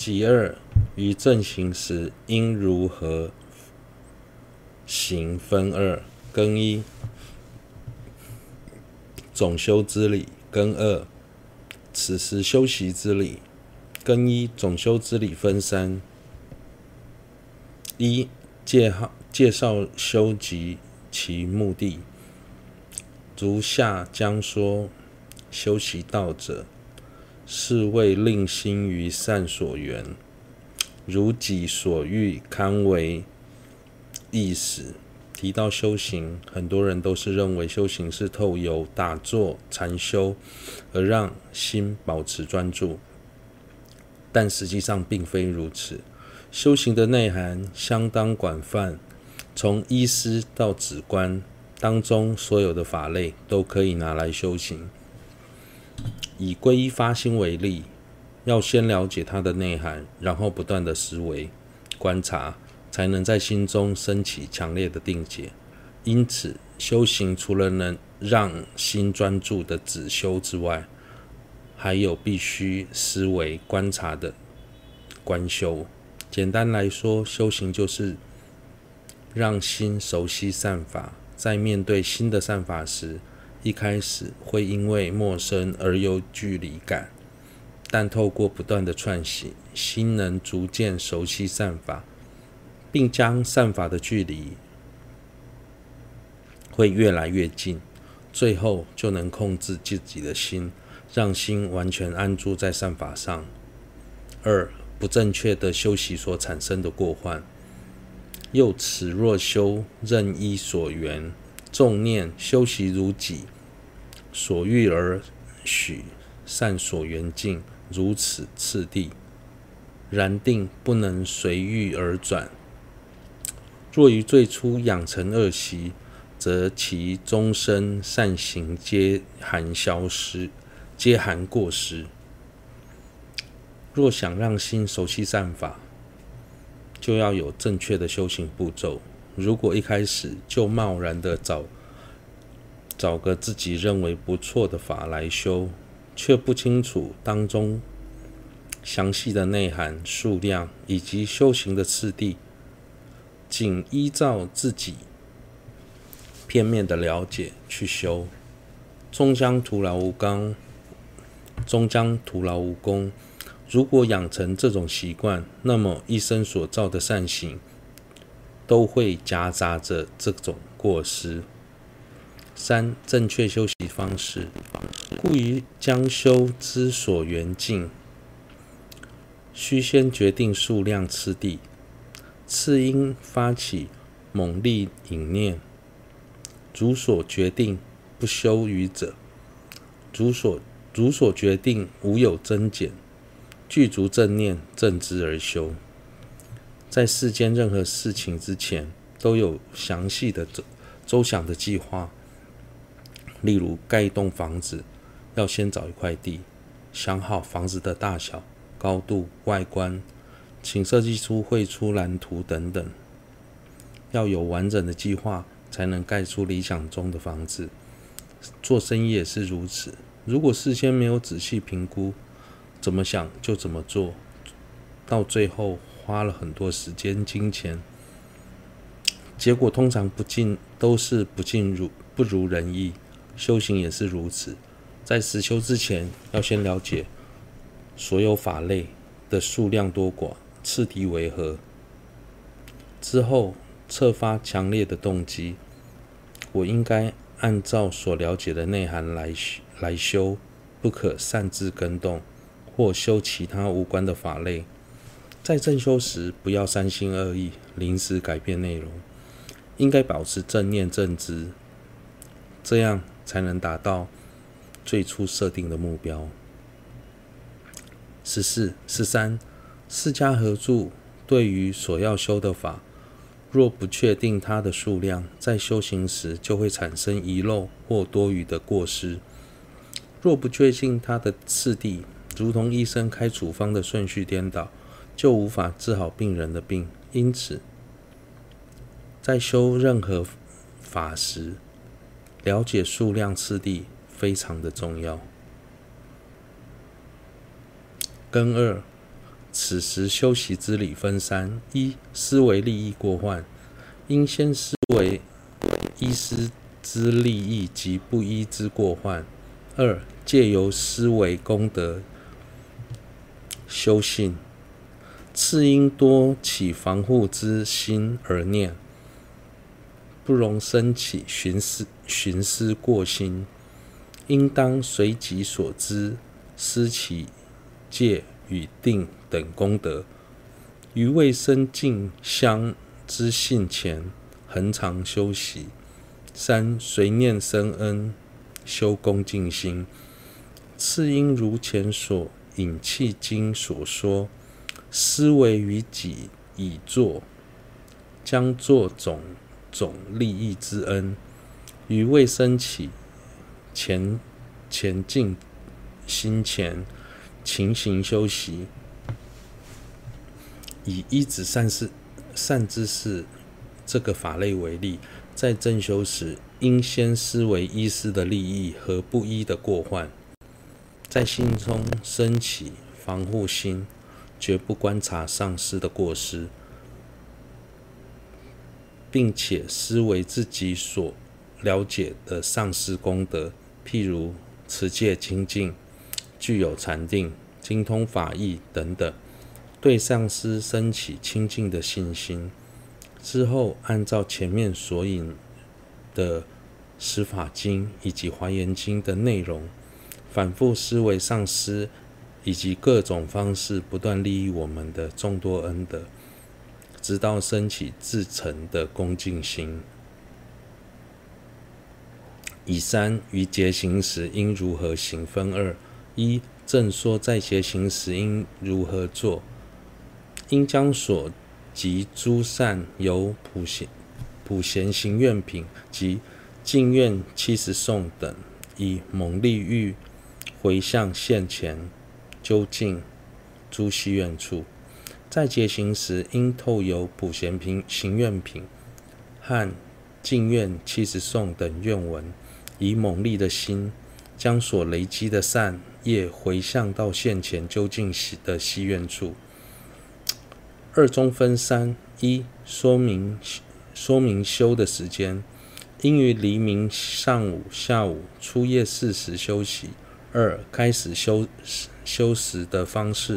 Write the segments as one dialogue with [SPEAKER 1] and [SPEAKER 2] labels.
[SPEAKER 1] 己二，于正行时应如何行分二。庚一，总修之理。庚二，此时修习之理。庚一，总修之理分三：一、介绍修及其目的，如下将说：修习道者，是为令心于善所缘，如己所欲堪为意识。提到修行，很多人都是认为修行是透由打坐、禅修而让心保持专注，但实际上并非如此。修行的内涵相当广泛，从医师到止观，当中所有的法类都可以拿来修行。以皈依发心为例，要先了解它的内涵，然后不断的思维、观察，才能在心中升起强烈的定解。因此，修行除了能让心专注的止修之外，还有必须思维观察的观修。简单来说，修行就是让心熟悉善法，在面对新的善法时，一开始会因为陌生而有距离感，但透过不断的串习，心能逐渐熟悉善法，并将善法的距离会越来越近，最后就能控制自己的心，让心完全安住在善法上。二、不正确的修习所产生的过患。又此若修任依所缘，重念修习如己所欲而许，善所缘境，如此次第。然定不能随欲而转。若于最初养成恶习，则其终身善行皆含过失。若想让心熟悉善法，就要有正确的修行步骤。如果一开始就贸然的找个自己认为不错的法来修，却不清楚当中详细的内涵、数量以及修行的次第，仅依照自己片面的了解去修，终将徒劳无功。如果养成这种习惯，那么一生所造的善行都会夹杂着这种过失。三、正确修习方式。故于将修之所缘境，须先决定数量次第，次应发起猛力引念。如所决定不修余者，如所决定无有增减，具足正念正知而修。在世间任何事情之前，都有详细的周详的计划。例如盖一栋房子，要先找一块地，想好房子的大小、高度、外观，请设计师绘出蓝图等等。要有完整的计划，才能盖出理想中的房子。做生意也是如此，如果事先没有仔细评估，怎么想就怎么做，到最后花了很多时间金钱，结果通常都是不如人意。修行也是如此，在实修之前，要先了解所有法类的数量多寡、次第为何，之后策发强烈的动机，我应该按照所了解的内涵来修，不可擅自更动或修其他无关的法类。在正修时，不要三心二意，临时改变内容，应该保持正念正知，这样才能达到最初设定的目标。13. 四家合著对于所要修的法，若不确定它的数量，在修行时就会产生遗漏或多余的过失。若不确定它的次第，如同医生开处方的顺序颠倒，就无法治好病人的病。因此，在修任何法时，了解数量次第非常的重要。庚二， 此时修习之理分三：一、思维利益过患，应先思维依师之利益及不依之过患；二、借由思维功德修性，次应多起防护之心而念，不容生起寻思过心，应当随己所知，思其戒与定等功德，于未生净香之性前，恒常修习。三、随念生恩，修恭敬心。次应如前所引契经所说，思维于己以作，将作种利益之恩，于未生起前进心前，勤行修习。以依止善知识这个法类为例，在正修时，应先思维依师的利益和不依的过患，在心中升起防护心，绝不观察上师的过失，并且思维自己所了解的上师功德，譬如持戒清净、具有禅定、精通法义等等，对上师升起清净的信心。之后按照前面所引的十法经以及华严经的内容，反复思维上师以及各种方式不断利益我们的众多恩德，直到升起至诚的恭敬心。以三、于结行时应如何行分二：一、正说在结行时应如何做，应将所及诸善由普贤行愿品及净愿70颂等，以猛力欲回向现前究竟诸希愿处。在结行时，应透由普贤行愿品和净愿70颂等愿文，以猛力的心，将所累积的善业回向到现前究竟的希愿处。二中分三：一、说明修的时间，应于黎明、上午、下午、初夜4时修习；二、开始修时的方式，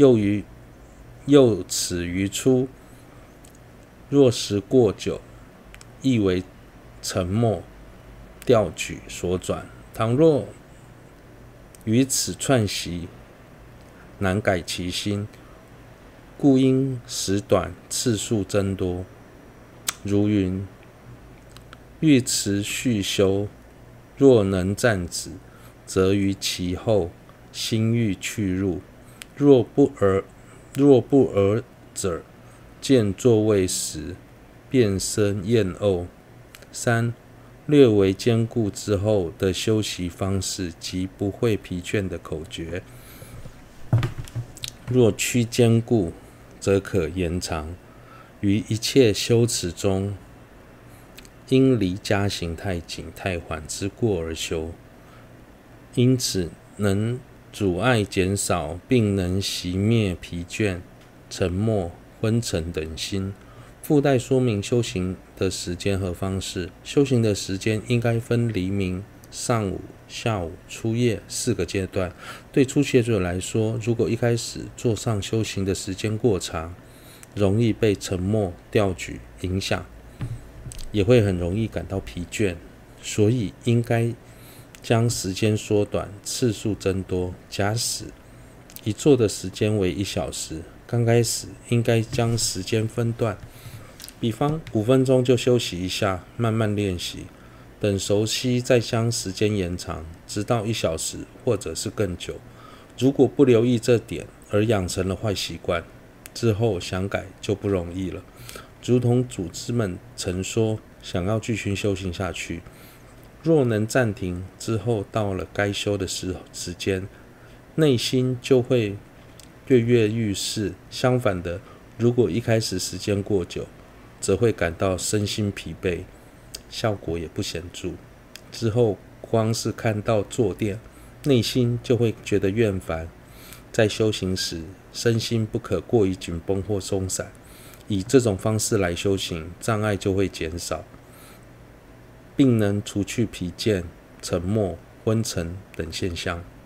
[SPEAKER 1] 又始于初，若时过久，亦为沉默、调举所转。倘若于此串习，难改其心，故应时短，次数增多。如云：欲持续修，若能暂止，则于其后心欲去入；若不尔者，见座位时便生厌恶。三、略为坚固之后的修习方式及不会疲倦的口诀，若趋坚固，则可延长。于一切修持中，应离加行太紧太缓之过而修，因此能阻碍减少，并能熄灭疲倦、沉默、昏沉等心。附带说明修行的时间和方式。修行的时间应该分黎明、上午、下午、初夜4个阶段。对初学者来说，如果一开始坐上修行的时间过长，容易被沉默、调举影响，也会很容易感到疲倦，所以应该将时间缩短，次数增多。假使一坐的时间为1小时，刚开始应该将时间分段，比方5分钟就休息一下，慢慢练习，等熟悉再将时间延长，直到1小时或者是更久。如果不留意这点而养成了坏习惯，之后想改就不容易了。如同祖师们曾说，想要继续修行下去，若能暂停之后，到了该修的时间，内心就会跃跃欲试。相反的，如果一开始时间过久，则会感到身心疲惫，效果也不显著。之后光是看到坐垫，内心就会觉得厌烦， 在修行时，身心不可过于紧绷或松散，以这种方式来修行，障碍就会减少，并能除去疲倦、沉默、昏沉等现象。